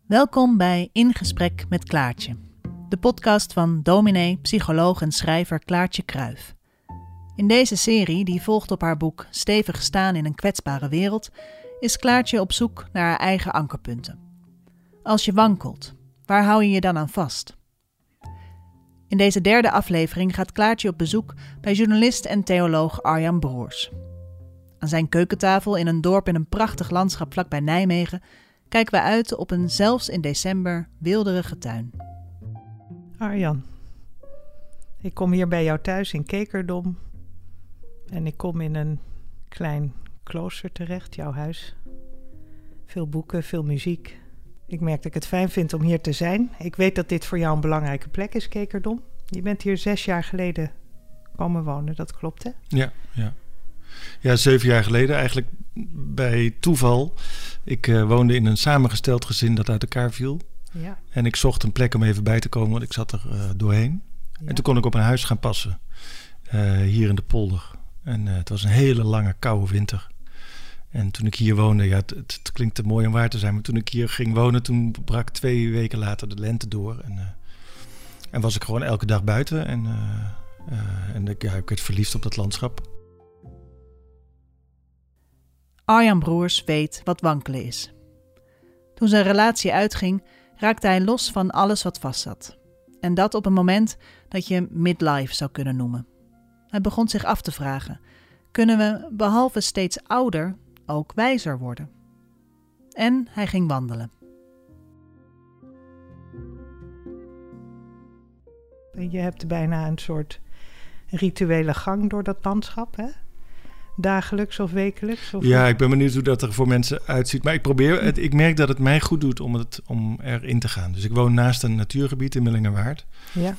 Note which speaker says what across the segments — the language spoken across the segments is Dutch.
Speaker 1: Welkom bij In Gesprek met Klaartje, de podcast van dominee, psycholoog en schrijver Klaartje Kruijf. In deze serie, die volgt op haar boek Stevig staan in een kwetsbare wereld, is Klaartje op zoek naar haar eigen ankerpunten. Als je wankelt, waar hou je je dan aan vast? In deze derde aflevering gaat Klaartje op bezoek bij journalist en theoloog Arjan Broers. Aan zijn keukentafel in een dorp in een prachtig landschap vlakbij Nijmegen kijken we uit op een zelfs in december weelderige tuin.
Speaker 2: Arjan, ik kom hier bij jou thuis in Kekerdom en ik kom in een klein klooster terecht, jouw huis. Veel boeken, veel muziek. Ik merk dat ik het fijn vind om hier te zijn. Ik weet dat dit voor jou een belangrijke plek is, Kekerdom. Je bent hier 6 jaar geleden komen wonen, dat klopt hè?
Speaker 3: Ja, 7 jaar geleden eigenlijk bij toeval. Ik woonde in een samengesteld gezin dat uit elkaar viel.
Speaker 2: Ja.
Speaker 3: En ik zocht een plek om even bij te komen, want ik zat er doorheen. Ja. En toen kon ik op een huis gaan passen, hier in de polder. En het was een hele lange, koude winter. En toen ik hier woonde, ja, het klinkt te mooi om waar te zijn, maar toen ik hier ging wonen, toen brak 2 weken later de lente door. En was ik gewoon elke dag buiten. En ik werd verliefd op dat landschap.
Speaker 1: Arjan Broers weet wat wankelen is. Toen zijn relatie uitging, raakte hij los van alles wat vastzat. En dat op een moment dat je midlife zou kunnen noemen. Hij begon zich af te vragen: kunnen we, behalve steeds ouder, ook wijzer worden? En hij ging wandelen.
Speaker 2: Je hebt bijna een soort rituele gang door dat landschap, hè? Dagelijks of wekelijks? Of
Speaker 3: ja, ik ben benieuwd hoe dat er voor mensen uitziet. Maar ik merk dat het mij goed doet om erin te gaan. Dus ik woon naast een natuurgebied in Millingerwaard. Ja.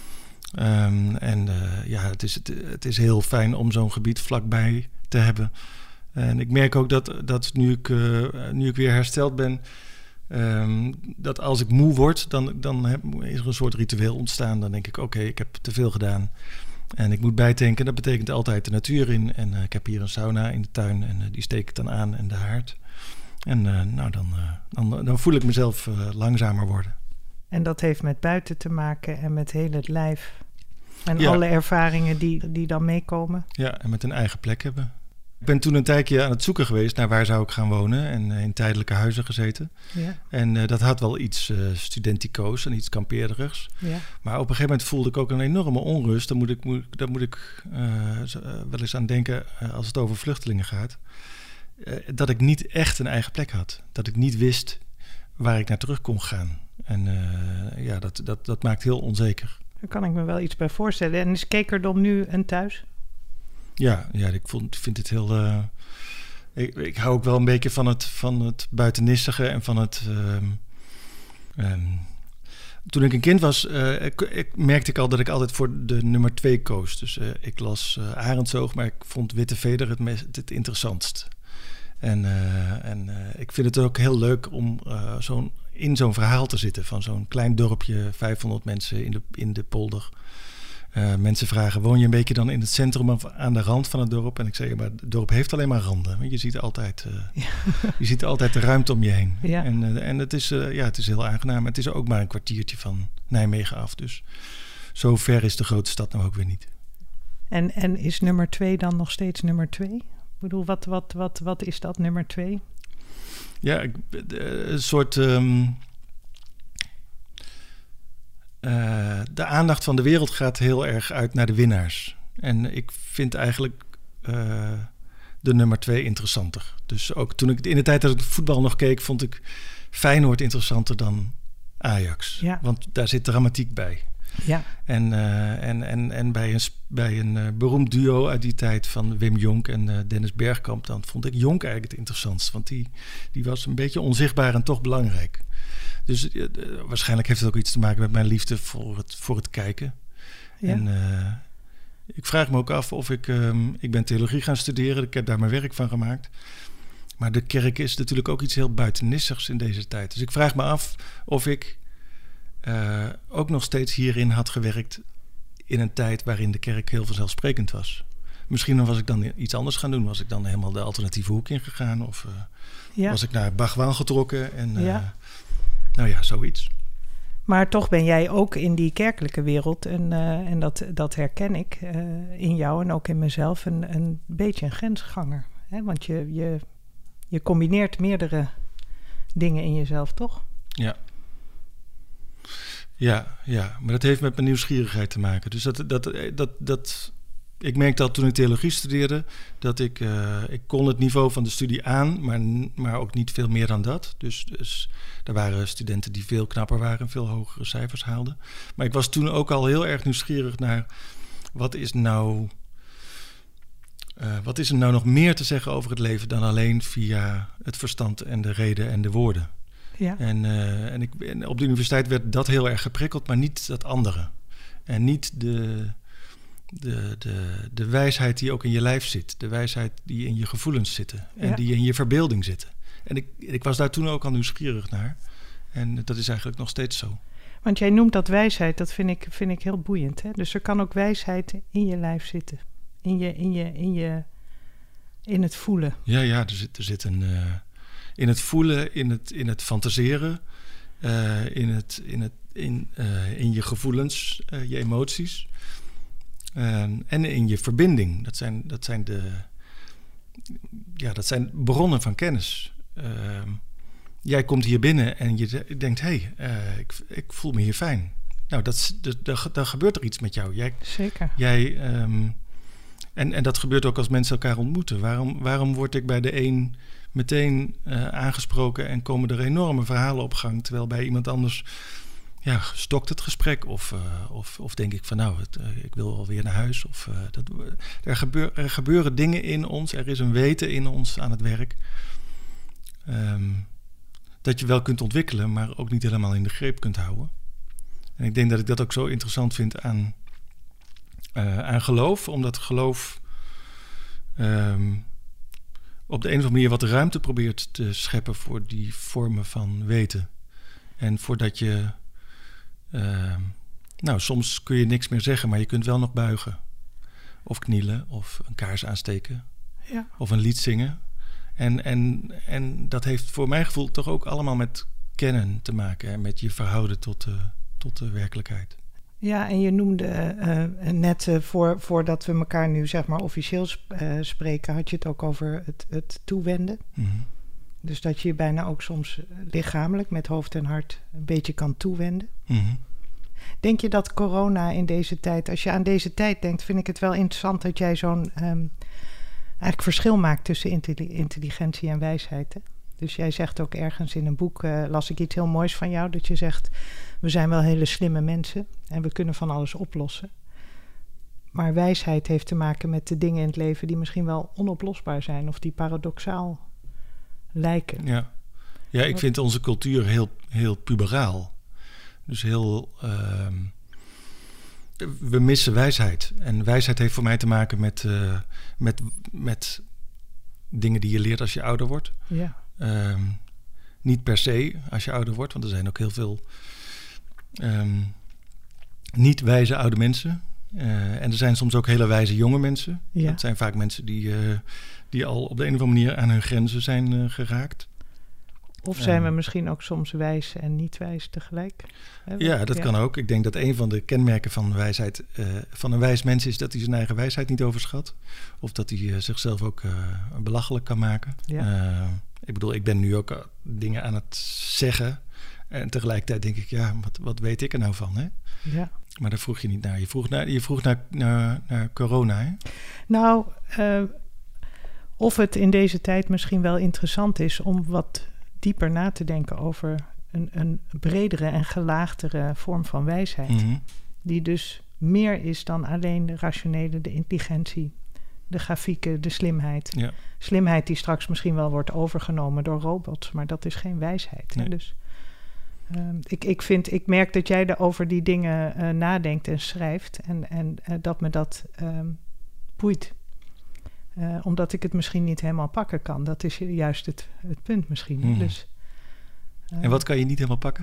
Speaker 3: Het is heel fijn om zo'n gebied vlakbij te hebben. En ik merk ook dat nu ik weer hersteld ben, dat als ik moe word, dan is er een soort ritueel ontstaan. Dan denk ik, oké, ik heb te veel gedaan. En ik moet bijtanken, dat betekent altijd de natuur in. En ik heb hier een sauna in de tuin en die steek ik dan aan en de haard. En dan voel ik mezelf langzamer worden.
Speaker 2: En dat heeft met buiten te maken en met heel het lijf. En alle ervaringen die dan meekomen.
Speaker 3: Ja, en met een eigen plek hebben. Ik ben toen een tijdje aan het zoeken geweest naar waar zou ik gaan wonen. En in tijdelijke huizen gezeten. Ja. En dat had wel iets studenticoos en iets kampeerderigs. Ja. Maar op een gegeven moment voelde ik ook een enorme onrust. Daar moet ik wel eens aan denken als het over vluchtelingen gaat. Dat ik niet echt een eigen plek had. Dat ik niet wist waar ik naar terug kon gaan. En dat maakt heel onzeker.
Speaker 2: Daar kan ik me wel iets bij voorstellen. En is Kekerdom nu een thuis?
Speaker 3: Ja, ik vind het heel... Ik hou ook wel een beetje van het buitennissige en van het... Toen ik een kind was, merkte ik al dat ik altijd voor de nummer 2 koos. Dus ik las Arendsoog, maar ik vond Witte Veder het interessantst. En ik vind het ook heel leuk om in zo'n verhaal te zitten van zo'n klein dorpje, 500 mensen in de polder. Mensen vragen, woon je een beetje dan in het centrum of aan de rand van het dorp? En ik zeg, maar het dorp heeft alleen maar randen. Want je ziet altijd de ruimte om je heen. Ja. En het is heel aangenaam. Het is ook maar een kwartiertje van Nijmegen af. Dus zo ver is de grote stad nou ook weer niet.
Speaker 2: En is nummer 2 dan nog steeds nummer 2? Ik bedoel, wat is dat nummer 2?
Speaker 3: Ja, een soort... de aandacht van de wereld gaat heel erg uit naar de winnaars. En ik vind eigenlijk de nummer 2 interessanter. Dus ook toen ik in de tijd dat ik voetbal nog keek, vond ik Feyenoord interessanter dan Ajax. Ja. Want daar zit dramatiek bij. Ja. En bij een beroemd duo uit die tijd van Wim Jonk en Dennis Bergkamp, dan vond ik Jonk eigenlijk het interessantst. Want die was een beetje onzichtbaar en toch belangrijk. Dus waarschijnlijk heeft het ook iets te maken met mijn liefde voor het kijken. Ja. En ik vraag me ook af of ik ben theologie gaan studeren. Ik heb daar mijn werk van gemaakt. Maar de kerk is natuurlijk ook iets heel buitennissigs in deze tijd. Dus ik vraag me af of ik ook nog steeds hierin had gewerkt in een tijd waarin de kerk heel vanzelfsprekend was. Misschien was ik dan iets anders gaan doen. Was ik dan helemaal de alternatieve hoek ingegaan? Of was ik naar Bhagwan getrokken? En Nou ja, zoiets.
Speaker 2: Maar toch ben jij ook in die kerkelijke wereld, en dat herken ik in jou en ook in mezelf, een beetje een grensganger. Hè? Want je combineert meerdere dingen in jezelf, toch?
Speaker 3: Ja. Ja, maar dat heeft met mijn nieuwsgierigheid te maken. Dus ik merkte dat toen ik theologie studeerde, dat ik kon het niveau van de studie aan, maar ook niet veel meer dan dat. Dus er waren studenten die veel knapper waren en veel hogere cijfers haalden. Maar ik was toen ook al heel erg nieuwsgierig naar wat is er nou nog meer te zeggen over het leven dan alleen via het verstand en de reden en de woorden.
Speaker 2: Ja.
Speaker 3: En op de universiteit werd dat heel erg geprikkeld, maar niet dat andere. En niet de wijsheid die ook in je lijf zit. De wijsheid die in je gevoelens zitten. En die in je verbeelding zitten. En ik was daar toen ook al nieuwsgierig naar. En dat is eigenlijk nog steeds zo.
Speaker 2: Want jij noemt dat wijsheid, dat vind ik heel boeiend. Hè? Dus er kan ook wijsheid in je lijf zitten. In het voelen.
Speaker 3: Ja, er zit een... in het voelen, in het fantaseren, in je gevoelens, je emoties. En in je verbinding. Dat zijn bronnen van kennis. Jij komt hier binnen en je denkt, ik voel me hier fijn. Nou, dan gebeurt er iets met jou.
Speaker 2: Zeker.
Speaker 3: En dat gebeurt ook als mensen elkaar ontmoeten. Waarom word ik bij de een meteen aangesproken en komen er enorme verhalen op gang, terwijl bij iemand anders stokt het gesprek of denk ik van ik wil alweer naar huis. Er gebeuren dingen in ons, er is een weten in ons aan het werk dat je wel kunt ontwikkelen, maar ook niet helemaal in de greep kunt houden. En ik denk dat ik dat ook zo interessant vind aan geloof, omdat geloof op de een of andere manier wat ruimte probeert te scheppen voor die vormen van weten. En voordat je... soms kun je niks meer zeggen, maar je kunt wel nog buigen. Of knielen, of een kaars aansteken.
Speaker 2: Ja.
Speaker 3: Of een lied zingen. En dat heeft voor mijn gevoel toch ook allemaal met kennen te maken. En met je verhouden tot de werkelijkheid.
Speaker 2: Ja, en je noemde net voordat we elkaar nu zeg maar officieel spreken, had je het ook over het toewenden.
Speaker 3: Mm-hmm.
Speaker 2: Dus dat je je bijna ook soms lichamelijk met hoofd en hart een beetje kan toewenden.
Speaker 3: Mm-hmm.
Speaker 2: Denk je dat corona in deze tijd, als je aan deze tijd denkt, vind ik het wel interessant dat jij zo'n eigenlijk verschil maakt tussen intelligentie en wijsheid. Hè? Dus jij zegt ook ergens in een boek, las ik iets heel moois van jou, dat je zegt, we zijn wel hele slimme mensen en we kunnen van alles oplossen. Maar wijsheid heeft te maken met de dingen in het leven die misschien wel onoplosbaar zijn of die paradoxaal lijken.
Speaker 3: Ja, ik vind onze cultuur heel, heel puberaal. Dus heel... we missen wijsheid. En wijsheid heeft voor mij te maken met dingen die je leert als je ouder wordt.
Speaker 2: Ja.
Speaker 3: Niet per se als je ouder wordt, want er zijn ook heel veel niet wijze oude mensen. En er zijn soms ook hele wijze jonge mensen.
Speaker 2: Ja.
Speaker 3: Dat zijn vaak mensen die al op de een of andere manier aan hun grenzen zijn geraakt.
Speaker 2: Of zijn we misschien ook soms wijs en niet wijs tegelijk?
Speaker 3: Ja, dat kan ook. Ik denk dat een van de kenmerken van wijsheid van een wijs mens is dat hij zijn eigen wijsheid niet overschat. Of dat hij zichzelf ook belachelijk kan maken.
Speaker 2: Ja.
Speaker 3: Ik bedoel, ik ben nu ook dingen aan het zeggen. En tegelijkertijd denk ik, wat weet ik er nou van? Hè?
Speaker 2: Ja.
Speaker 3: Maar daar vroeg je niet naar. Je vroeg naar corona, hè?
Speaker 2: Nou, of het in deze tijd misschien wel interessant is om wat dieper na te denken over een bredere en gelaagdere vorm van wijsheid.
Speaker 3: Mm-hmm.
Speaker 2: Die dus meer is dan alleen de rationele, de intelligentie, de grafieken, de slimheid.
Speaker 3: Ja.
Speaker 2: Slimheid die straks misschien wel wordt overgenomen door robots, maar dat is geen wijsheid.
Speaker 3: Nee.
Speaker 2: Hè? Dus ik merk dat jij er over die dingen nadenkt en schrijft en dat me dat boeit. Omdat ik het misschien niet helemaal pakken kan. Dat is juist het punt misschien.
Speaker 3: Mm.
Speaker 2: Dus,
Speaker 3: en wat kan je niet helemaal pakken?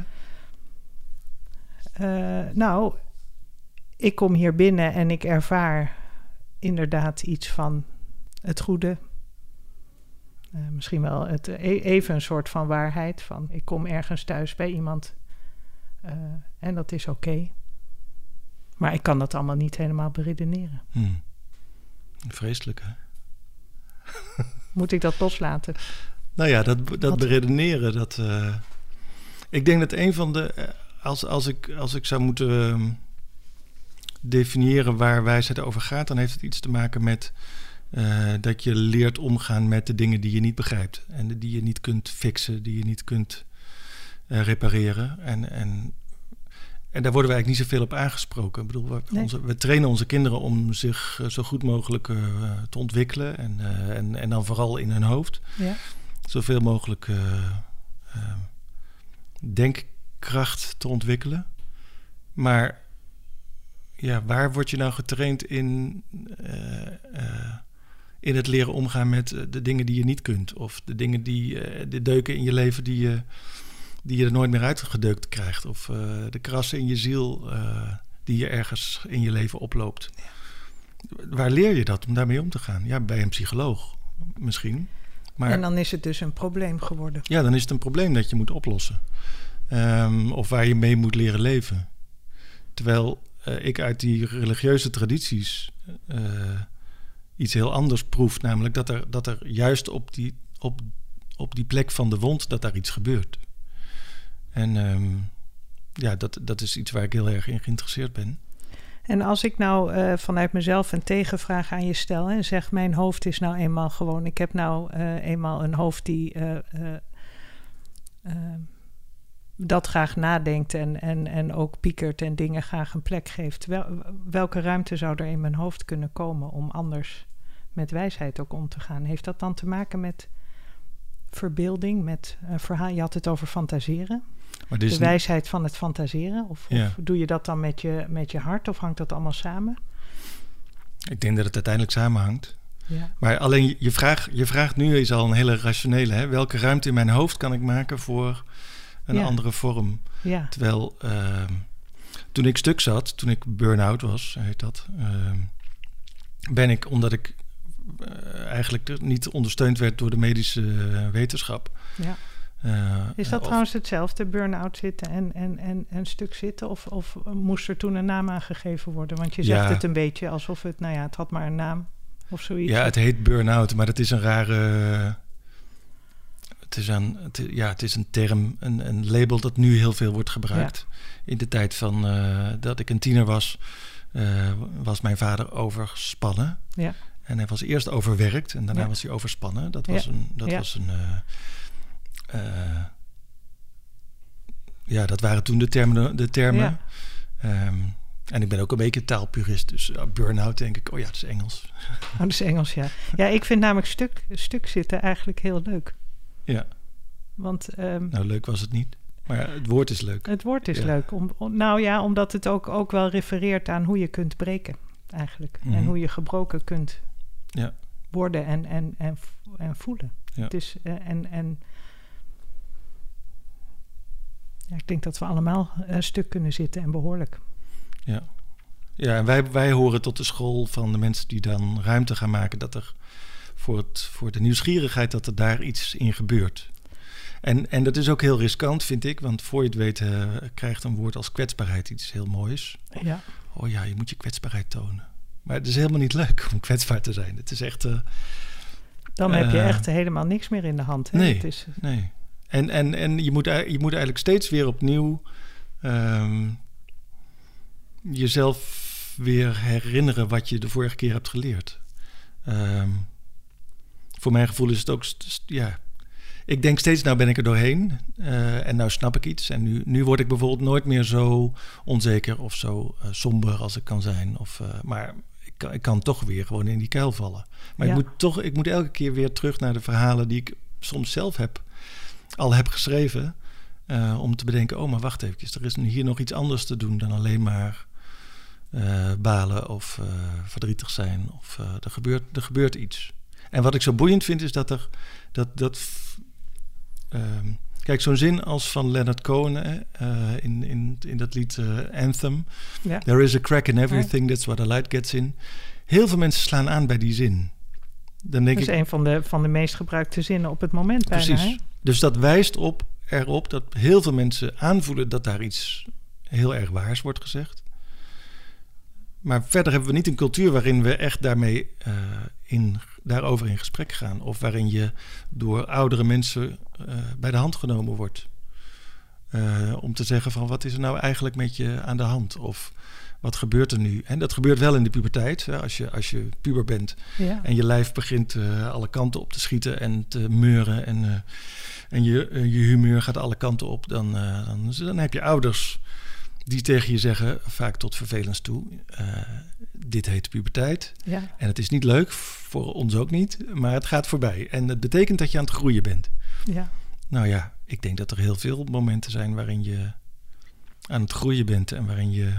Speaker 2: Ik kom hier binnen en ik ervaar inderdaad iets van het goede. Misschien wel even een soort van waarheid. Van ik kom ergens thuis bij iemand en dat is oké. Maar ik kan dat allemaal niet helemaal beredeneren.
Speaker 3: Vreselijk, hè?
Speaker 2: Moet ik dat loslaten?
Speaker 3: Nou ja, dat beredeneren, ik denk dat een van de... Als ik zou moeten definiëren waar wijsheid over gaat, dan heeft het iets te maken met dat je leert omgaan met de dingen die je niet begrijpt. En die je niet kunt fixen, die je niet kunt repareren. En daar worden we eigenlijk niet zoveel op aangesproken. Ik bedoel, we trainen onze kinderen om zich zo goed mogelijk te ontwikkelen. En dan vooral in hun hoofd. Ja. Zoveel mogelijk denkkracht te ontwikkelen. Maar ja, waar word je nou getraind in het leren omgaan met de dingen die je niet kunt? Of de dingen de deuken in je leven die je er nooit meer uitgedeukt krijgt. Of de krassen in je ziel die je ergens in je leven oploopt. Ja. Waar leer je dat om daarmee om te gaan? Ja, bij een psycholoog misschien. Maar,
Speaker 2: en dan is het dus een probleem geworden.
Speaker 3: Ja, dan is het een probleem dat je moet oplossen. Of waar je mee moet leren leven. Terwijl ik uit die religieuze tradities iets heel anders proef. Namelijk dat er juist op die plek van de wond, dat daar iets gebeurt. En dat is iets waar ik heel erg in geïnteresseerd ben.
Speaker 2: En als ik nou vanuit mezelf een tegenvraag aan je stel en zeg, mijn hoofd is nou eenmaal gewoon, ik heb nou eenmaal een hoofd die dat graag nadenkt en ook piekert en dingen graag een plek geeft. Welke ruimte zou er in mijn hoofd kunnen komen om anders met wijsheid ook om te gaan? Heeft dat dan te maken met verbeelding, met een verhaal? Je had het over fantaseren. Maar de wijsheid van het fantaseren? Of doe je dat dan met je hart? Of hangt dat allemaal samen?
Speaker 3: Ik denk dat het uiteindelijk samenhangt. Ja. Maar alleen je vraagt nu is al een hele rationele. Hè? Welke ruimte in mijn hoofd kan ik maken voor een andere vorm? Ja. Terwijl toen ik stuk zat, toen ik burn-out was, heet dat, ben ik, omdat ik eigenlijk niet ondersteund werd door de medische wetenschap. Ja.
Speaker 2: Is dat trouwens hetzelfde, burn-out zitten en stuk zitten? Of moest er toen een naam aangegeven worden? Want je zegt het een beetje alsof het had maar een naam of zoiets.
Speaker 3: Ja, het heet burn-out, maar het is een rare... Het is een term, een label dat nu heel veel wordt gebruikt. Ja. In de tijd van dat ik een tiener was mijn vader overspannen. Ja. En hij was eerst overwerkt en daarna was hij overspannen. Dat was dat waren toen de termen. Ja. En ik ben ook een beetje taalpurist. Dus burn-out denk ik, dat is Engels.
Speaker 2: Oh, dat is Engels, ja. Ja, ik vind namelijk stuk zitten eigenlijk heel leuk.
Speaker 3: Ja.
Speaker 2: Want,
Speaker 3: leuk was het niet. Maar het woord is leuk.
Speaker 2: Het woord is leuk. Omdat het ook wel refereert aan hoe je kunt breken, eigenlijk. Mm-hmm. En hoe je gebroken kunt worden en voelen. Ja. Het is, ik denk dat we allemaal een stuk kunnen zitten en behoorlijk.
Speaker 3: Ja, en wij horen tot de school van de mensen die dan ruimte gaan maken, dat er voor de nieuwsgierigheid dat er daar iets in gebeurt. En dat is ook heel riskant, vind ik, want voor je het weet krijgt een woord als kwetsbaarheid iets heel moois. Ja. Oh ja, je moet je kwetsbaarheid tonen. Maar het is helemaal niet leuk om kwetsbaar te zijn. Het is echt...
Speaker 2: dan heb je echt helemaal niks meer in de hand. Hè?
Speaker 3: Nee, nee. En je moet eigenlijk steeds weer opnieuw jezelf weer herinneren wat je de vorige keer hebt geleerd. Voor mijn gevoel is het ook... Ik denk steeds, nou ben ik er doorheen en nou snap ik iets. En nu word ik bijvoorbeeld nooit meer zo onzeker of zo somber als ik kan zijn. Maar ik kan toch weer gewoon in die kuil vallen. Maar ik moet elke keer weer terug naar de verhalen die ik soms zelf al heb geschreven. Om te bedenken, maar wacht eventjes. Er is hier nog iets anders te doen dan alleen maar balen of verdrietig zijn. Of er gebeurt iets. En wat ik zo boeiend vind is dat kijk, zo'n zin als van Leonard Cohen in dat lied Anthem. Ja. There is a crack in everything, that's what the light gets in. Heel veel mensen slaan aan bij die zin. Dan denk
Speaker 2: dat is een van de meest gebruikte zinnen op het moment bijna.
Speaker 3: Precies.
Speaker 2: Hè?
Speaker 3: Dus dat wijst erop dat heel veel mensen aanvoelen dat daar iets heel erg waars wordt gezegd. Maar verder hebben we niet een cultuur waarin we echt daarmee daarover in gesprek gaan. Of waarin je door oudere mensen bij de hand genomen wordt. Om te zeggen van wat is er nou eigenlijk met je aan de hand? Of wat gebeurt er nu? En dat gebeurt wel in de puberteit. Hè? Als je puber bent en je lijf begint alle kanten op te schieten en te meuren. En je humeur gaat alle kanten op. Dan heb je ouders die tegen je zeggen, vaak tot vervelens toe, dit heet puberteit. Ja. En het is niet leuk, voor ons ook niet, maar het gaat voorbij. En het betekent dat je aan het groeien bent. Ja. Nou ja, ik denk dat er heel veel momenten zijn waarin je aan het groeien bent en waarin je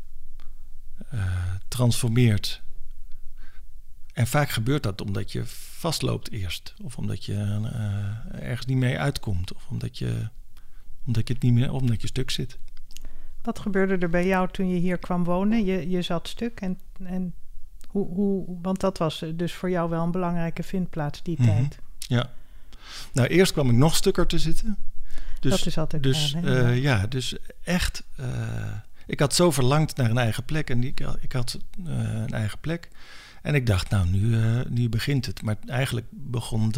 Speaker 3: transformeert. En vaak gebeurt dat omdat je vastloopt eerst. Of omdat je ergens niet mee uitkomt. Of omdat je stuk zit.
Speaker 2: Wat gebeurde er bij jou toen je hier kwam wonen? Je zat stuk en hoe, want dat was dus voor jou wel een belangrijke vindplaats die tijd.
Speaker 3: Ja. Nou, eerst kwam ik nog stukker te zitten. Dus,
Speaker 2: dat is altijd
Speaker 3: dus echt. Ik had zo verlangd naar een eigen plek en ik had een eigen plek. En ik dacht, nou, nu begint het. Maar eigenlijk begon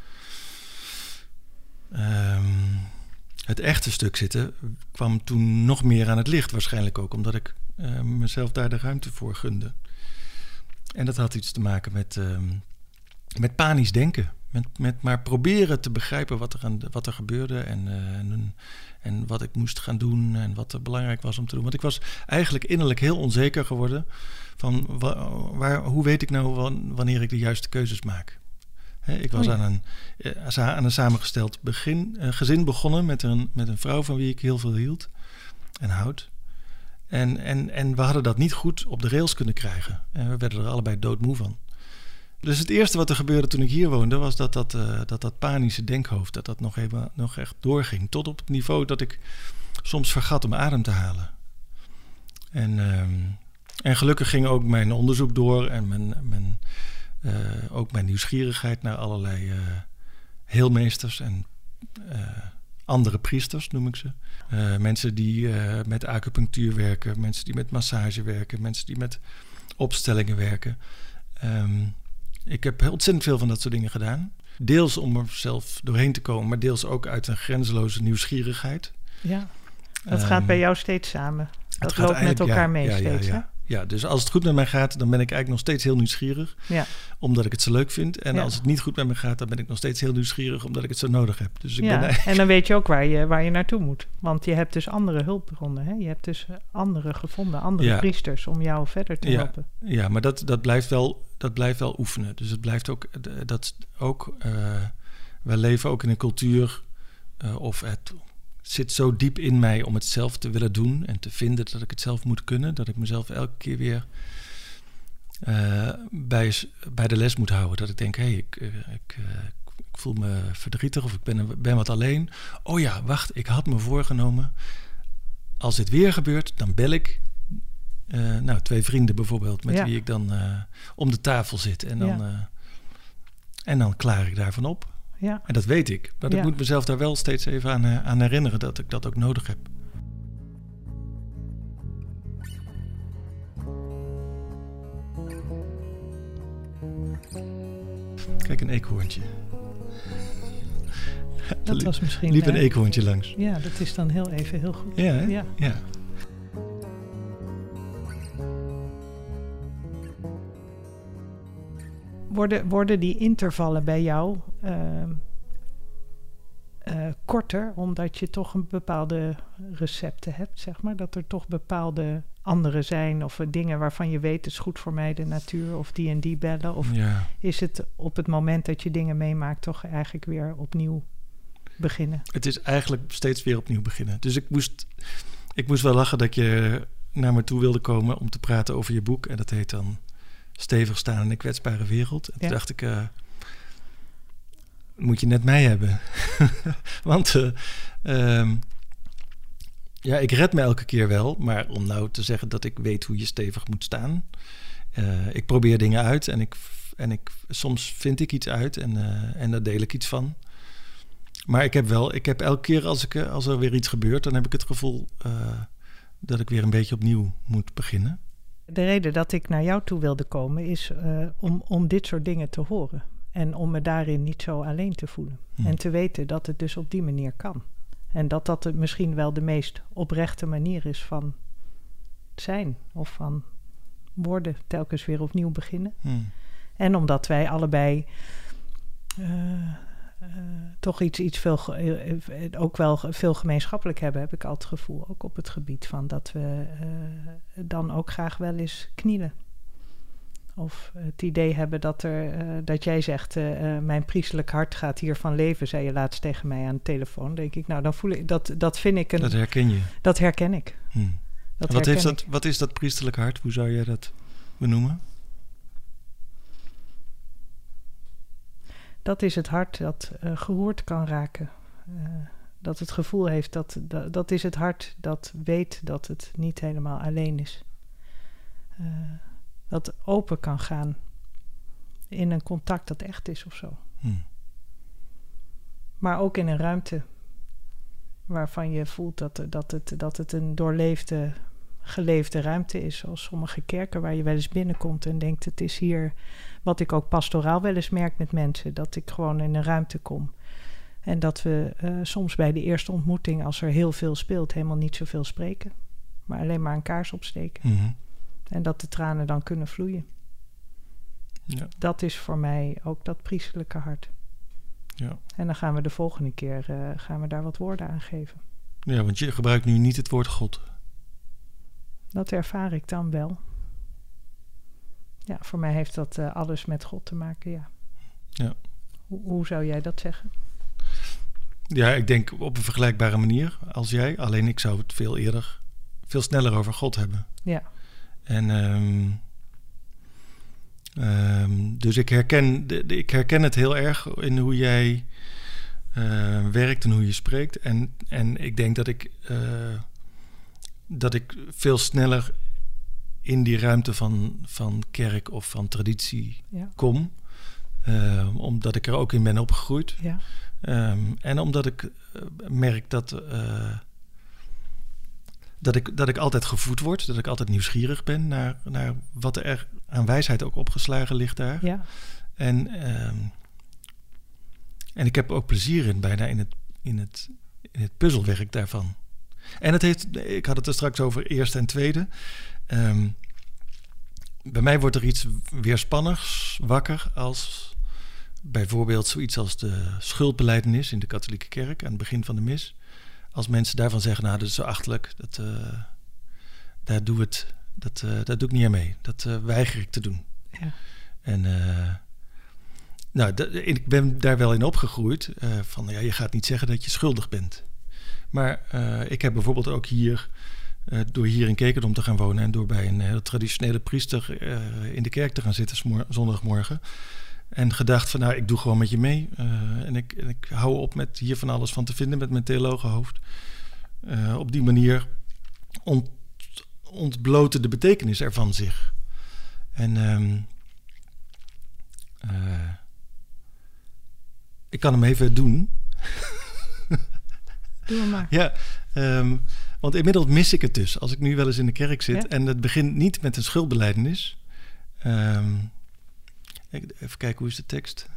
Speaker 3: het echte stuk zitten kwam toen nog meer aan het licht. Waarschijnlijk ook omdat ik mezelf daar de ruimte voor gunde. En dat had iets te maken met panisch denken. Met maar proberen te begrijpen wat er gebeurde en wat ik moest gaan doen en wat er belangrijk was om te doen. Want ik was eigenlijk innerlijk heel onzeker geworden van hoe weet ik nou wanneer ik de juiste keuzes maak. Ik was aan een samengesteld gezin begonnen met een vrouw van wie ik heel veel hield en houd. En we hadden dat niet goed op de rails kunnen krijgen. En we werden er allebei doodmoe van. Dus het eerste wat er gebeurde toen ik hier woonde was dat panische denkhoofd, dat nog echt doorging. Tot op het niveau dat ik soms vergat om adem te halen. En gelukkig ging ook mijn onderzoek door en ook mijn nieuwsgierigheid naar allerlei heelmeesters en andere priesters, noem ik ze. Mensen die met acupunctuur werken, mensen die met massage werken, mensen die met opstellingen werken. Ik heb ontzettend veel van dat soort dingen gedaan. Deels om er zelf doorheen te komen, maar deels ook uit een grenzeloze nieuwsgierigheid.
Speaker 2: Ja, dat gaat bij jou steeds samen. Dat loopt met elkaar mee steeds, hè?
Speaker 3: Ja, dus als het goed met mij gaat, dan ben ik eigenlijk nog steeds heel nieuwsgierig. Ja. Omdat ik het zo leuk vind. En als het niet goed met me gaat, dan ben ik nog steeds heel nieuwsgierig omdat ik het zo nodig heb. Dus
Speaker 2: en dan weet je ook waar je naartoe moet. Want je hebt dus andere hulpbronnen. Hè? Je hebt dus andere gevonden, andere priesters om jou verder te helpen.
Speaker 3: Ja, maar dat blijft wel oefenen. Dus het blijft ook... wij leven ook in een cultuur of het zit zo diep in mij om het zelf te willen doen en te vinden dat ik het zelf moet kunnen, dat ik mezelf elke keer weer bij de les moet houden. Dat ik denk, ik voel me verdrietig of ik ben wat alleen. Oh ja, wacht, ik had me voorgenomen, als dit weer gebeurt, dan bel ik 2 vrienden bijvoorbeeld, met wie ik dan om de tafel zit. En dan klaar ik daarvan op. Ja. En dat weet ik. Maar ik moet mezelf daar wel steeds even aan herinneren dat ik dat ook nodig heb. Kijk, een eekhoorntje.
Speaker 2: Dat was misschien...
Speaker 3: liep een eekhoorntje langs.
Speaker 2: Ja, dat is dan heel goed.
Speaker 3: Ja, hè? Ja.
Speaker 2: Worden die intervallen bij jou korter, omdat je toch een bepaalde recepten hebt, zeg maar? Dat er toch bepaalde anderen zijn of dingen waarvan je weet, het is goed voor mij, de natuur, of die en die bellen? Of is het op het moment dat je dingen meemaakt toch eigenlijk weer opnieuw beginnen?
Speaker 3: Het is eigenlijk steeds weer opnieuw beginnen. Dus ik moest wel lachen dat je naar me toe wilde komen om te praten over je boek. En dat heet dan Stevig staan in een kwetsbare wereld. En toen dacht ik, moet je net mij hebben. Want ik red me elke keer wel. Maar om nou te zeggen dat ik weet hoe je stevig moet staan. Ik probeer dingen uit en Soms vind ik iets uit en daar deel ik iets van. Maar ik heb elke keer als er weer iets gebeurt, dan heb ik het gevoel dat ik weer een beetje opnieuw moet beginnen.
Speaker 2: De reden dat ik naar jou toe wilde komen is om dit soort dingen te horen. En om me daarin niet zo alleen te voelen. En te weten dat het dus op die manier kan. En dat misschien wel de meest oprechte manier is van zijn. Of van worden, telkens weer opnieuw beginnen. En omdat wij allebei toch ook wel veel gemeenschappelijk hebben, heb ik altijd het gevoel, ook op het gebied van dat we dan ook graag wel eens knielen. Of het idee hebben dat jij zegt, mijn priesterlijk hart gaat hiervan leven, zei je laatst tegen mij aan de telefoon. Denk ik, nou dan voel ik, dat vind ik
Speaker 3: Dat herken je.
Speaker 2: Dat herken ik.
Speaker 3: Wat is dat priesterlijk hart? Hoe zou jij dat benoemen?
Speaker 2: Dat is het hart dat geroerd kan raken. Dat het gevoel heeft, dat is het hart dat weet dat het niet helemaal alleen is. Dat open kan gaan in een contact dat echt is of zo. Maar ook in een ruimte waarvan je voelt dat het een doorleefde, geleefde ruimte is. Zoals sommige kerken waar je wel eens binnenkomt en denkt, het is hier, wat ik ook pastoraal wel eens merk met mensen, dat ik gewoon in een ruimte kom. En dat we soms bij de eerste ontmoeting, als er heel veel speelt, helemaal niet zoveel spreken. Maar alleen maar een kaars opsteken. En dat de tranen dan kunnen vloeien. Ja. Dat is voor mij ook dat priesterlijke hart. Ja. En dan gaan we de volgende keer daar wat woorden aan geven.
Speaker 3: Ja, want je gebruikt nu niet het woord God.
Speaker 2: Dat ervaar ik dan wel. Ja, voor mij heeft dat alles met God te maken, ja. Hoe zou jij dat zeggen?
Speaker 3: Ja, ik denk op een vergelijkbare manier als jij. Alleen ik zou het veel sneller over God hebben.
Speaker 2: Ja.
Speaker 3: En dus ik herken het heel erg in hoe jij werkt en hoe je spreekt. En ik denk dat ik veel sneller in die ruimte van kerk of van traditie kom. Omdat ik er ook in ben opgegroeid. Ja. En omdat ik merk dat ik altijd gevoed word. Dat ik altijd nieuwsgierig ben naar wat er aan wijsheid ook opgeslagen ligt daar. Ja. En ik heb ook plezier in bijna in het puzzelwerk daarvan. En ik had het er straks over eerste en tweede. Bij mij wordt er iets weerspannigs wakker als bijvoorbeeld zoiets als de schuldbelijdenis in de katholieke kerk aan het begin van de mis. Als mensen daarvan zeggen, nou, dat is zo achterlijk, dat doe ik niet aan mee. Dat weiger ik te doen. Ja. En ik ben daar wel in opgegroeid. Je gaat niet zeggen dat je schuldig bent. Maar ik heb bijvoorbeeld ook door hier in Kekerdom te gaan wonen en door bij een heel traditionele priester in de kerk te gaan zitten zondagmorgen. En gedacht van, ik doe gewoon met je mee. En ik hou op met hier van alles van te vinden met mijn theologenhoofd. Op die manier ontbloten de betekenis ervan zich. En ik kan hem even doen.
Speaker 2: Doe maar.
Speaker 3: Ja, want inmiddels mis ik het dus. Als ik nu wel eens in de kerk zit en het begint niet met een schuldbelijdenis. Even kijken, hoe is de tekst?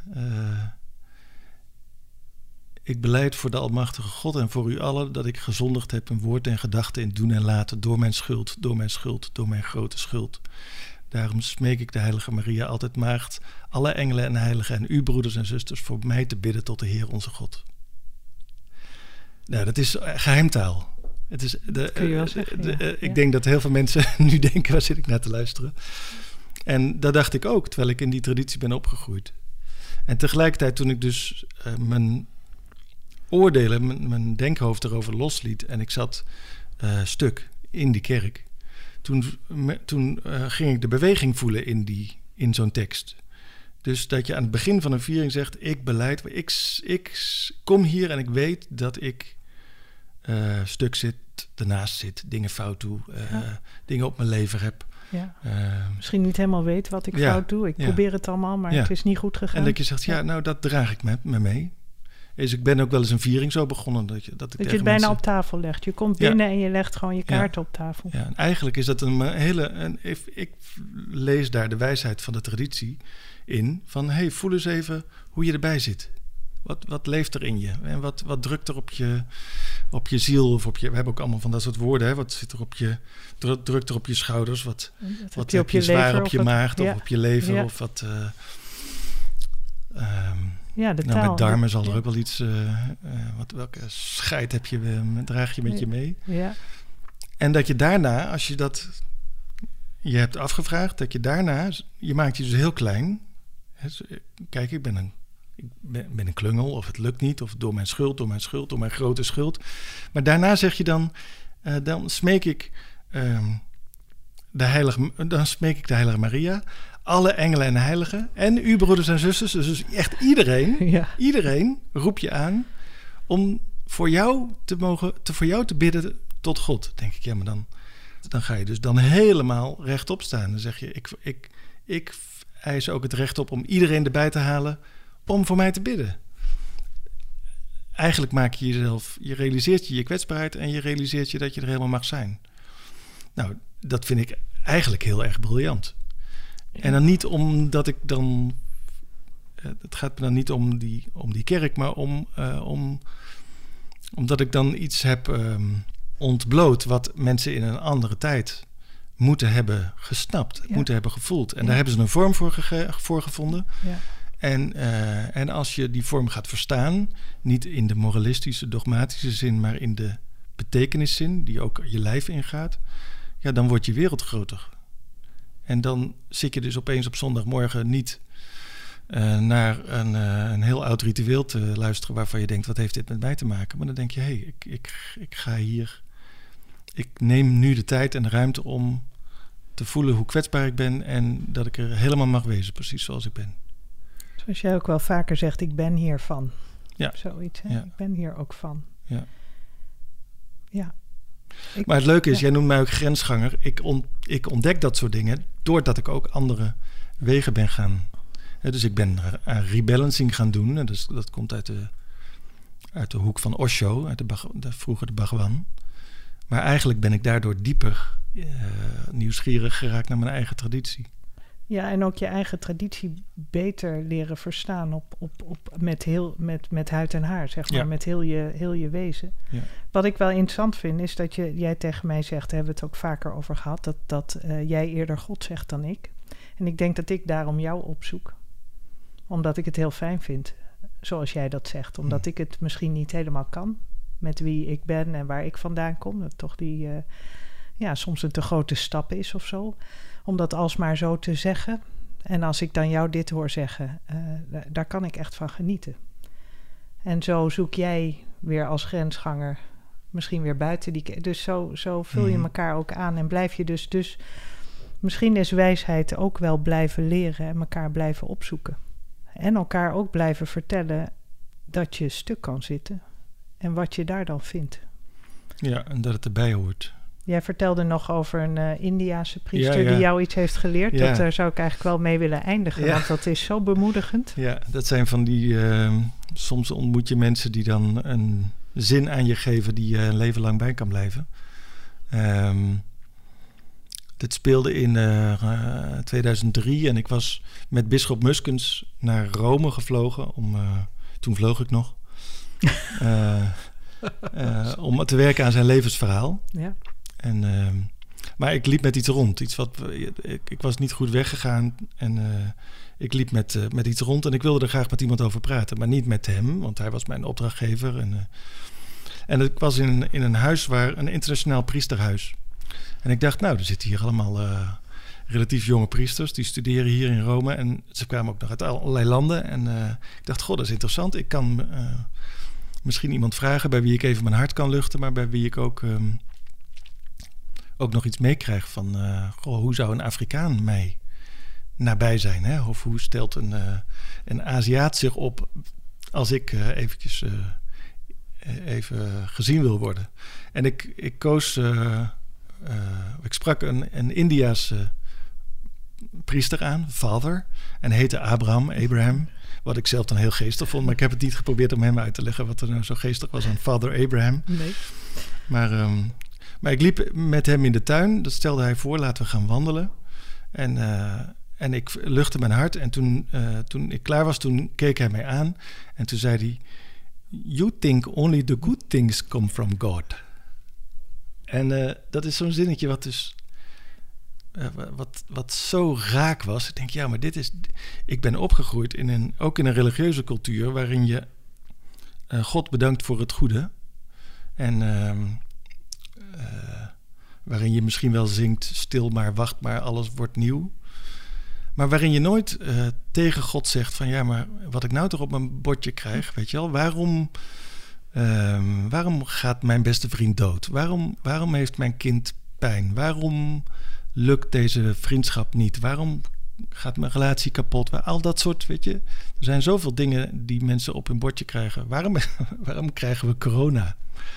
Speaker 3: Ik belijd voor de almachtige God en voor u allen dat ik gezondigd heb in woord en gedachte, in doen en laten, door mijn schuld, door mijn grote schuld. Daarom smeek ik de heilige Maria, altijd maagd, alle engelen en heiligen en u, broeders en zusters, voor mij te bidden tot de Heer onze God. Nou, dat is geheimtaal. Het is
Speaker 2: kun je wel zeggen,
Speaker 3: ik denk dat heel veel mensen nu denken, waar zit ik naar te luisteren? En dat dacht ik ook, terwijl ik in die traditie ben opgegroeid. En tegelijkertijd, toen ik dus mijn oordelen, mijn denkhoofd erover losliet en ik zat stuk in die kerk, toen ging ik de beweging voelen in zo'n tekst. Dus dat je aan het begin van een viering zegt, ik belijd, ik kom hier en ik weet dat ik stuk zit, ernaast zit, dingen fout doe, dingen op mijn lever heb.
Speaker 2: Ja. Misschien niet helemaal weet wat ik fout doe. Ik probeer het allemaal, maar het is niet goed gegaan.
Speaker 3: En dat je zegt, nou, dat draag ik met me mee. Dus ik ben ook wel eens een viering zo begonnen. Dat je
Speaker 2: het bijna op tafel legt. Je komt binnen en je legt gewoon je kaarten op tafel.
Speaker 3: Ja, en eigenlijk is dat ik lees daar de wijsheid van de traditie in. Van, voel eens even hoe je erbij zit. Wat leeft er in je? En wat drukt er op je ziel? Of we hebben ook allemaal van dat soort woorden. Hè? Wat zit er drukt er op je schouders? Wat heb je zwaar op je maag? Of op je lever? Ja. Of wat...
Speaker 2: de taal.
Speaker 3: Met darmen zal er ook wel iets... welke scheid draag je met je mee? Ja. En dat je daarna, als je dat... Je hebt afgevraagd, dat je daarna... Je maakt je dus heel klein. Kijk, ik ben een klungel, of het lukt niet, of door mijn grote schuld. Maar daarna zeg je dan smeek ik de heilige Maria, alle engelen en heiligen en uw broeders en zusters, dus echt iedereen roep je aan om voor jou te bidden tot God. Denk ik, maar dan ga je dus dan helemaal rechtop staan. Dan zeg je, ik eis ook het recht op om iedereen erbij te halen om voor mij te bidden. Eigenlijk maak je realiseert je kwetsbaarheid en je realiseert je dat je er helemaal mag zijn. Nou, dat vind ik eigenlijk heel erg briljant. Ja. En dan niet omdat ik dan... Het gaat me dan niet om die kerk, maar omdat ik dan iets heb ontbloot wat mensen in een andere tijd moeten hebben gesnapt, moeten hebben gevoeld. En daar hebben ze een vorm voor gevonden. Ja. En als je die vorm gaat verstaan, niet in de moralistische, dogmatische zin, maar in de betekeniszin, die ook je lijf ingaat, dan wordt je wereld groter. En dan zit je dus opeens op zondagmorgen niet naar een heel oud ritueel te luisteren waarvan je denkt, wat heeft dit met mij te maken? Maar dan denk je, ik ga hier... Ik neem nu de tijd en de ruimte om te voelen hoe kwetsbaar ik ben en dat ik er helemaal mag wezen, precies zoals ik ben.
Speaker 2: Zoals jij ook wel vaker zegt, ik ben hiervan.
Speaker 3: Ja.
Speaker 2: Zoiets, hè? Ja. Ik ben hier ook van.
Speaker 3: Ja.
Speaker 2: Ja.
Speaker 3: Maar het leuke is, jij noemt mij ook grensganger. Ik ontdek dat soort dingen doordat ik ook andere wegen ben gaan. Dus ik ben rebalancing gaan doen. En dus dat komt uit de hoek van Osho, vroeger de Bhagwan. Maar eigenlijk ben ik daardoor dieper nieuwsgierig geraakt naar mijn eigen traditie.
Speaker 2: Ja, en ook je eigen traditie beter leren verstaan met huid en haar, zeg maar, ja. Met heel je wezen. Ja. Wat ik wel interessant vind, is dat jij tegen mij zegt, daar hebben we het ook vaker over gehad, dat jij eerder God zegt dan ik. En ik denk dat ik daarom jou opzoek. Omdat ik het heel fijn vind, zoals jij dat zegt. Omdat ik het misschien niet helemaal kan met wie ik ben en waar ik vandaan kom. Dat toch soms een te grote stap is of zo. Om dat alsmaar zo te zeggen. En als ik dan jou dit hoor zeggen, daar kan ik echt van genieten. En zo zoek jij weer als grensganger misschien weer buiten die... Dus zo vul je elkaar ook aan en blijf je dus... Misschien is wijsheid ook wel blijven leren en elkaar blijven opzoeken. En elkaar ook blijven vertellen dat je stuk kan zitten. En wat je daar dan vindt.
Speaker 3: Ja, en dat het erbij hoort.
Speaker 2: Jij vertelde nog over een Indiase priester die jou iets heeft geleerd. Ja. Daar zou ik eigenlijk wel mee willen eindigen, want dat is zo bemoedigend.
Speaker 3: Ja, dat zijn van die... soms ontmoet je mensen die dan een zin aan je geven die je een leven lang bij kan blijven. Dit speelde in 2003 en ik was met bisschop Muskens naar Rome gevlogen. Toen vloog ik nog. Om te werken aan zijn levensverhaal. Ja. Maar ik liep met iets rond. Ik was niet goed weggegaan. En ik liep met iets rond. En ik wilde er graag met iemand over praten. Maar niet met hem, want hij was mijn opdrachtgever. En ik was in een huis een internationaal priesterhuis. En ik dacht, er zitten hier allemaal relatief jonge priesters. Die studeren hier in Rome. En ze kwamen ook nog uit allerlei landen. En ik dacht, dat is interessant. Ik kan misschien iemand vragen bij wie ik even mijn hart kan luchten. Maar bij wie ik ook nog iets meekrijg van... hoe zou een Afrikaan mij nabij zijn? Hè? Of hoe stelt een Aziat zich op als ik eventjes even gezien wil worden? En ik koos... ik sprak een Indiaanse priester aan, father, en heette Abraham. Wat ik zelf dan heel geestig vond, maar ik heb het niet geprobeerd om hem uit te leggen wat er nou zo geestig was aan Father Abraham.
Speaker 2: Nee.
Speaker 3: Maar ik liep met hem in de tuin. Dat stelde hij voor, laten we gaan wandelen. En ik luchtte mijn hart. En toen ik klaar was, toen keek hij mij aan. En toen zei hij, you think only the good things come from God. En dat is zo'n zinnetje wat dus... wat zo raak was. Ik denk, ja, maar ik ben opgegroeid ook in een religieuze cultuur... waarin je God bedankt voor het goede. En waarin je misschien wel zingt... stil maar, wacht maar, alles wordt nieuw. Maar waarin je nooit tegen God zegt van... ja, maar wat ik nou toch op mijn bordje krijg, weet je wel... waarom gaat mijn beste vriend dood? Waarom heeft mijn kind pijn? Waarom lukt deze vriendschap niet? Waarom gaat mijn relatie kapot? Al dat soort, weet je... Er zijn zoveel dingen die mensen op hun bordje krijgen. Waarom krijgen we corona?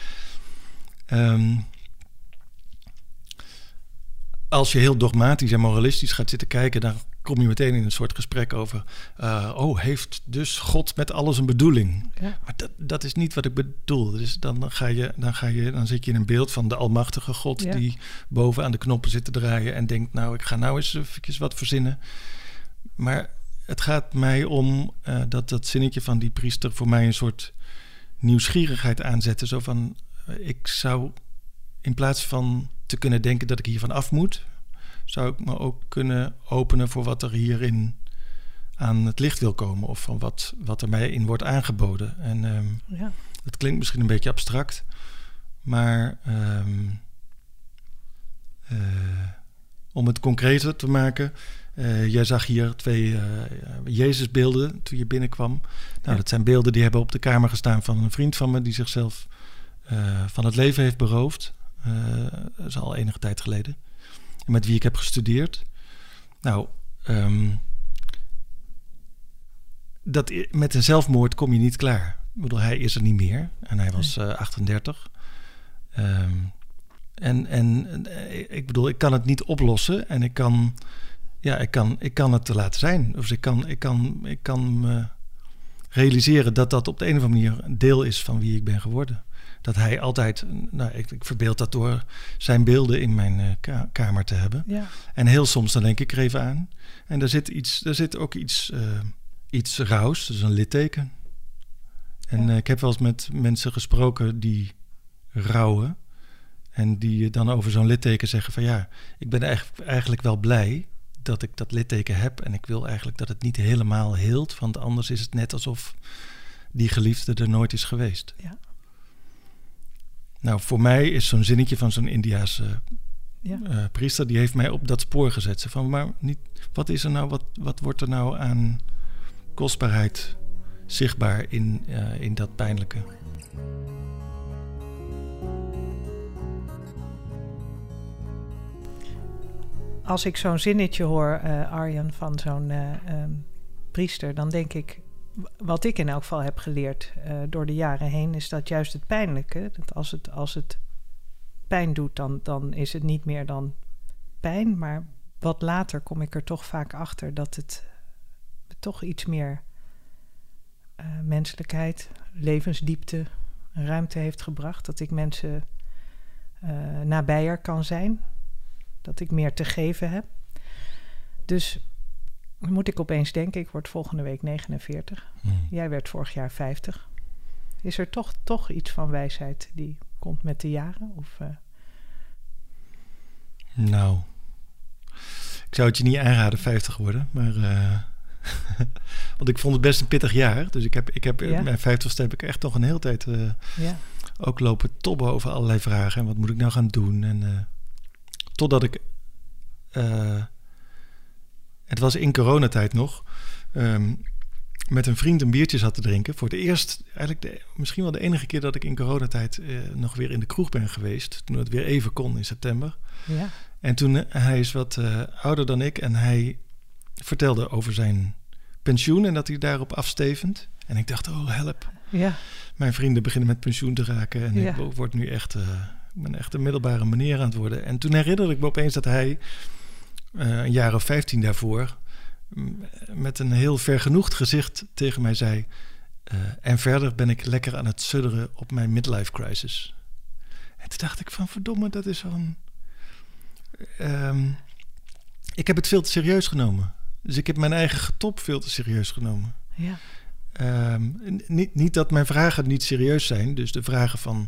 Speaker 3: Als je heel dogmatisch en moralistisch gaat zitten kijken... dan kom je meteen in een soort gesprek over... heeft dus God met alles een bedoeling? Ja. Maar dat is niet wat ik bedoel. Dus dan zit je in een beeld van de almachtige God...
Speaker 2: Ja.
Speaker 3: Die boven aan de knoppen zit te draaien... en denkt, nou, ik ga nou eens eventjes wat verzinnen. Maar het gaat mij om dat zinnetje van die priester... voor mij een soort nieuwsgierigheid aanzetten. Zo van, ik zou in plaats van te kunnen denken dat ik hiervan af moet... zou ik me ook kunnen openen voor wat er hierin aan het licht wil komen... of van wat er mij in wordt aangeboden. En dat klinkt misschien een beetje abstract... maar om het concreter te maken... jij zag hier 2 Jezusbeelden toen je binnenkwam. Nou, dat zijn beelden die hebben op de kamer gestaan van een vriend van me... die zichzelf van het leven heeft beroofd. Dat is al enige tijd geleden. En met wie ik heb gestudeerd. Nou, met een zelfmoord kom je niet klaar. Ik bedoel, hij is er niet meer. En hij was 38. Ik bedoel, ik kan het niet oplossen. En ik kan het te laten zijn. Dus ik kan me realiseren dat op de een of andere manier... een deel is van wie ik ben geworden. Dat hij altijd... Nou, ik verbeeld dat door zijn beelden in mijn kamer te hebben. Ja. En heel soms dan denk ik er even aan. En daar zit ook iets rauws. Dus een litteken. En ik heb wel eens met mensen gesproken die rouwen. En die dan over zo'n litteken zeggen van... ja, ik ben eigenlijk wel blij dat ik dat litteken heb. En ik wil eigenlijk dat het niet helemaal heelt. Want anders is het net alsof die geliefde er nooit is geweest. Ja. Nou, voor mij is zo'n zinnetje van zo'n Indiase priester... die heeft mij op dat spoor gezet. Ze van, maar niet, wat is er nou, wat wordt er nou aan kostbaarheid zichtbaar in dat pijnlijke?
Speaker 2: Als ik zo'n zinnetje hoor, Arjan, van zo'n priester... dan denk ik... Wat ik in elk geval heb geleerd door de jaren heen... is dat juist het pijnlijke... dat als het pijn doet, dan is het niet meer dan pijn. Maar wat later kom ik er toch vaak achter... dat het toch iets meer menselijkheid, levensdiepte... ruimte heeft gebracht. Dat ik mensen nabijer kan zijn. Dat ik meer te geven heb. Dus... moet ik opeens denken, ik word volgende week 49. Jij werd vorig jaar 50. Is er toch iets van wijsheid die komt met de jaren? Of,
Speaker 3: Nou, ik zou het je niet aanraden 50 worden. Maar, want ik vond het best een pittig jaar. Dus ik heb mijn 50ste heb ik echt nog een hele tijd ook lopen tobben over allerlei vragen. En wat moet ik nou gaan doen? En totdat ik... het was in coronatijd nog... met een vriend een biertje zat te drinken. Voor het eerst, eigenlijk misschien wel de enige keer... dat ik in coronatijd nog weer in de kroeg ben geweest. Toen het weer even kon in september. Ja. En toen, hij is wat ouder dan ik... en hij vertelde over zijn pensioen... en dat hij daarop afstevend. En ik dacht, oh help. Ja. Mijn vrienden beginnen met pensioen te raken... en ik word nu echt... ik ben echt een middelbare meneer aan het worden. En toen herinnerde ik me opeens dat hij... een jaar of 15 daarvoor met een heel vergenoegd gezicht tegen mij zei... en verder ben ik lekker aan het sudderen op mijn midlife crisis. En toen dacht ik van verdomme, dat is zo'n... ik heb het veel te serieus genomen. Dus ik heb mijn eigen getop veel te serieus genomen.
Speaker 2: Ja.
Speaker 3: Niet dat mijn vragen niet serieus zijn. Dus de vragen van...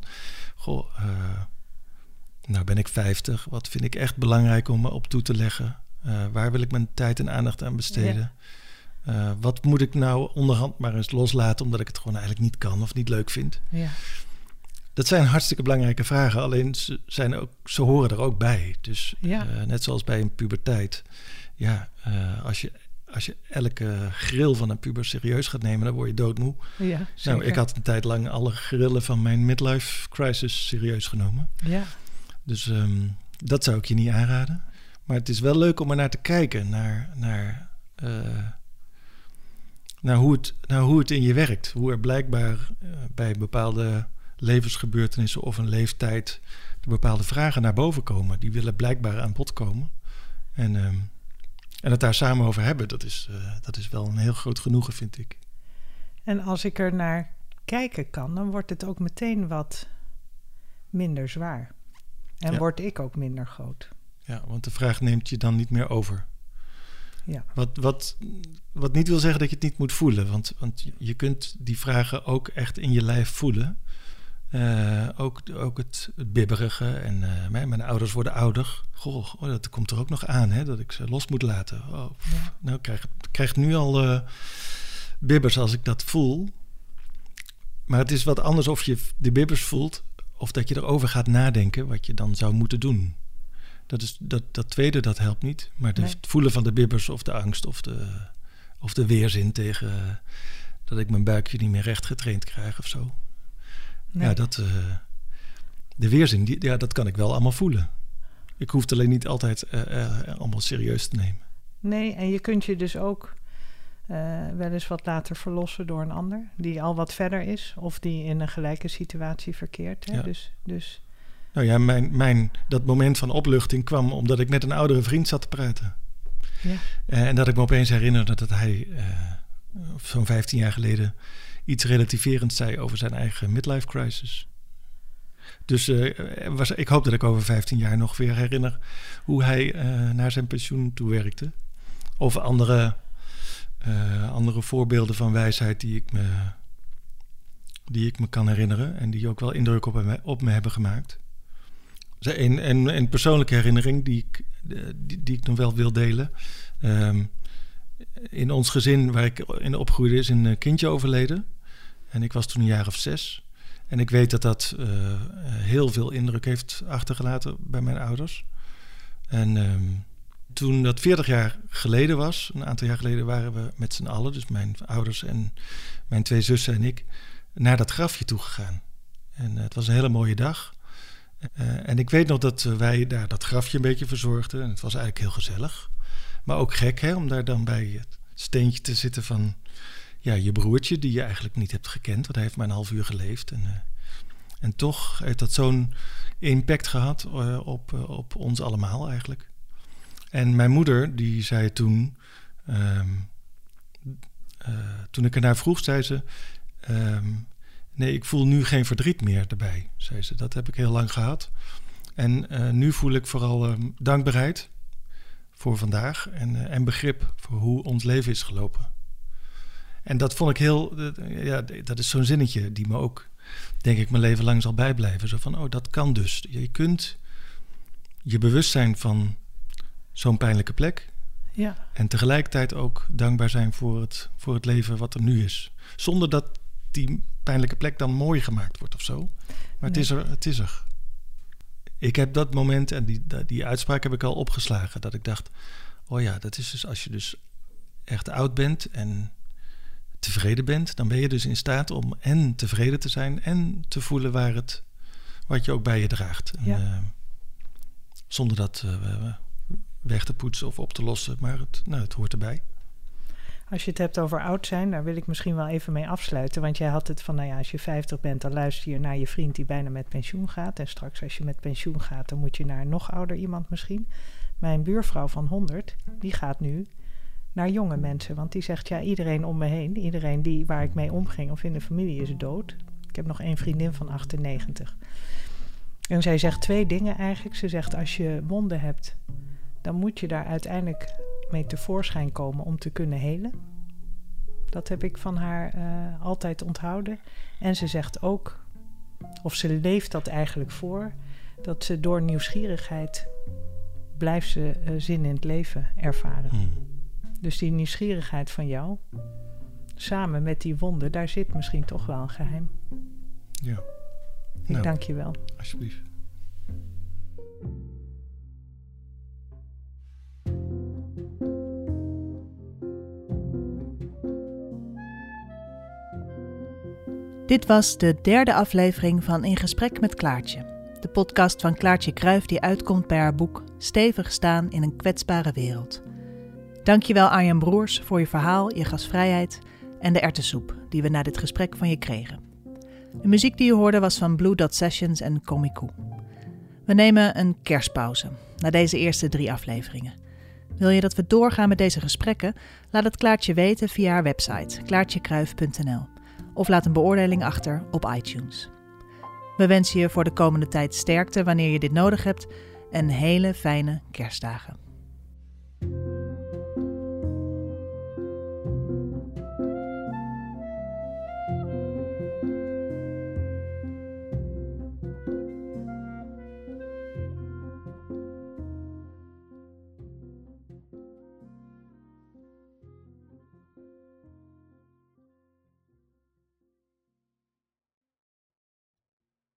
Speaker 3: nou ben ik 50. Wat vind ik echt belangrijk om me op toe te leggen? Waar wil ik mijn tijd en aandacht aan besteden? Ja. Wat moet ik nou onderhand maar eens loslaten... omdat ik het gewoon eigenlijk niet kan of niet leuk vind? Ja. Dat zijn hartstikke belangrijke vragen. Alleen ze horen er ook bij. Dus net zoals bij een puberteit. Ja, als je elke grill van een puber serieus gaat nemen... dan word je doodmoe. Ja, nou, ik had een tijd lang alle grillen van mijn midlife crisis serieus genomen. Ja. Dus dat zou ik je niet aanraden. Maar het is wel leuk om er naar te kijken. Naar hoe het in je werkt. Hoe er blijkbaar bij bepaalde levensgebeurtenissen of een leeftijd... de bepaalde vragen naar boven komen. Die willen blijkbaar aan bod komen. En het daar samen over hebben, dat is wel een heel groot genoegen, vind ik.
Speaker 2: En als ik er naar kijken kan, dan wordt het ook meteen wat minder zwaar. En word ik ook minder groot. Ja,
Speaker 3: want de vraag neemt je dan niet meer over. Ja. Wat niet wil zeggen dat je het niet moet voelen. Want je kunt die vragen ook echt in je lijf voelen. Ook het bibberige. En mijn ouders worden ouder. Dat komt er ook nog aan, hè, dat ik ze los moet laten. Nou, ik krijg nu al bibbers als ik dat voel. Maar het is wat anders of je de bibbers voelt... of dat je erover gaat nadenken wat je dan zou moeten doen. Dat tweede, dat helpt niet. Maar het voelen van de bibbers of de angst of de weerzin tegen... dat ik mijn buikje niet meer recht getraind krijg of zo. Nee. Ja, de weerzin, dat kan ik wel allemaal voelen. Ik hoef het alleen niet altijd allemaal serieus te nemen.
Speaker 2: Nee, en je kunt je dus ook wel eens wat laten verlossen door een ander... die al wat verder is of die in een gelijke situatie verkeert. Hè?
Speaker 3: Ja.
Speaker 2: Dus...
Speaker 3: Nou ja, dat moment van opluchting kwam... omdat ik met een oudere vriend zat te praten. Ja. En dat ik me opeens herinnerde dat hij zo'n 15 jaar geleden... iets relativerends zei over zijn eigen midlife crisis. Dus ik hoop dat ik over 15 jaar nog weer herinner... hoe hij naar zijn pensioen toe werkte. Of andere voorbeelden van wijsheid die ik me kan herinneren... en die ook wel indruk op me hebben gemaakt. Een persoonlijke herinnering die ik nog wel wil delen... in ons gezin waar ik in opgroeide is een kindje overleden... En ik was toen een jaar of 6. En ik weet dat heel veel indruk heeft achtergelaten bij mijn ouders. En toen dat 40 jaar geleden was, een aantal jaar geleden... waren we met z'n allen, dus mijn ouders en mijn 2 zussen en ik... naar dat grafje toegegaan. En het was een hele mooie dag. En ik weet nog dat wij daar dat grafje een beetje verzorgden. En het was eigenlijk heel gezellig. Maar ook gek, hè, om daar dan bij het steentje te zitten van... Ja, je broertje, die je eigenlijk niet hebt gekend... want hij heeft maar een half uur geleefd. En toch heeft dat zo'n impact gehad op ons allemaal eigenlijk. En mijn moeder, die zei toen... toen ik ernaar vroeg, zei ze... nee, ik voel nu geen verdriet meer erbij, zei ze. Dat heb ik heel lang gehad. En nu voel ik vooral dankbaarheid voor vandaag... en begrip voor hoe ons leven is gelopen. En dat vond ik dat is zo'n zinnetje die me ook, denk ik, mijn leven lang zal bijblijven. Zo van, dat kan dus. Je kunt je bewust zijn van zo'n pijnlijke plek. Ja. En tegelijkertijd ook dankbaar zijn voor het leven wat er nu is. Zonder dat die pijnlijke plek dan mooi gemaakt wordt of zo. Maar het is er. Ik heb dat moment en die uitspraak heb ik al opgeslagen. Dat ik dacht, dat is dus als je dus echt oud bent en... tevreden bent, dan ben je dus in staat om en tevreden te zijn en te voelen wat je ook bij je draagt. En, zonder dat weg te poetsen of op te lossen, maar het hoort erbij.
Speaker 2: Als je het hebt over oud zijn, daar wil ik misschien wel even mee afsluiten. Want jij had het van, als je 50 bent, dan luister je naar je vriend die bijna met pensioen gaat. En straks als je met pensioen gaat, dan moet je naar een nog ouder iemand misschien. Mijn buurvrouw van 100, die gaat nu naar jonge mensen. Want die zegt, ja, iedereen om me heen, iedereen waar ik mee omging of in de familie is dood. Ik heb nog 1 vriendin van 98. En zij zegt 2 dingen eigenlijk. Ze zegt, als je wonden hebt, dan moet je daar uiteindelijk mee tevoorschijn komen om te kunnen helen. Dat heb ik van haar altijd onthouden. En ze zegt ook, of ze leeft dat eigenlijk voor, dat ze door nieuwsgierigheid blijft ze zin in het leven ervaren. Dus die nieuwsgierigheid van jou, samen met die wonden, daar zit misschien toch wel een geheim.
Speaker 3: Ja.
Speaker 2: Ik dank je wel.
Speaker 3: Alsjeblieft.
Speaker 1: Dit was de 3e aflevering van In Gesprek met Klaartje. De podcast van Klaartje Kruif die uitkomt bij haar boek Stevig staan in een kwetsbare wereld. Dankjewel Arjan Broers voor je verhaal, je gastvrijheid en de erwtensoep die we na dit gesprek van je kregen. De muziek die je hoorde was van Blue Dot Sessions en Komiku. We nemen een kerstpauze na deze eerste 3 afleveringen. Wil je dat we doorgaan met deze gesprekken? Laat het Klaartje weten via haar website klaartjekruif.nl of laat een beoordeling achter op iTunes. We wensen je voor de komende tijd sterkte wanneer je dit nodig hebt en hele fijne kerstdagen.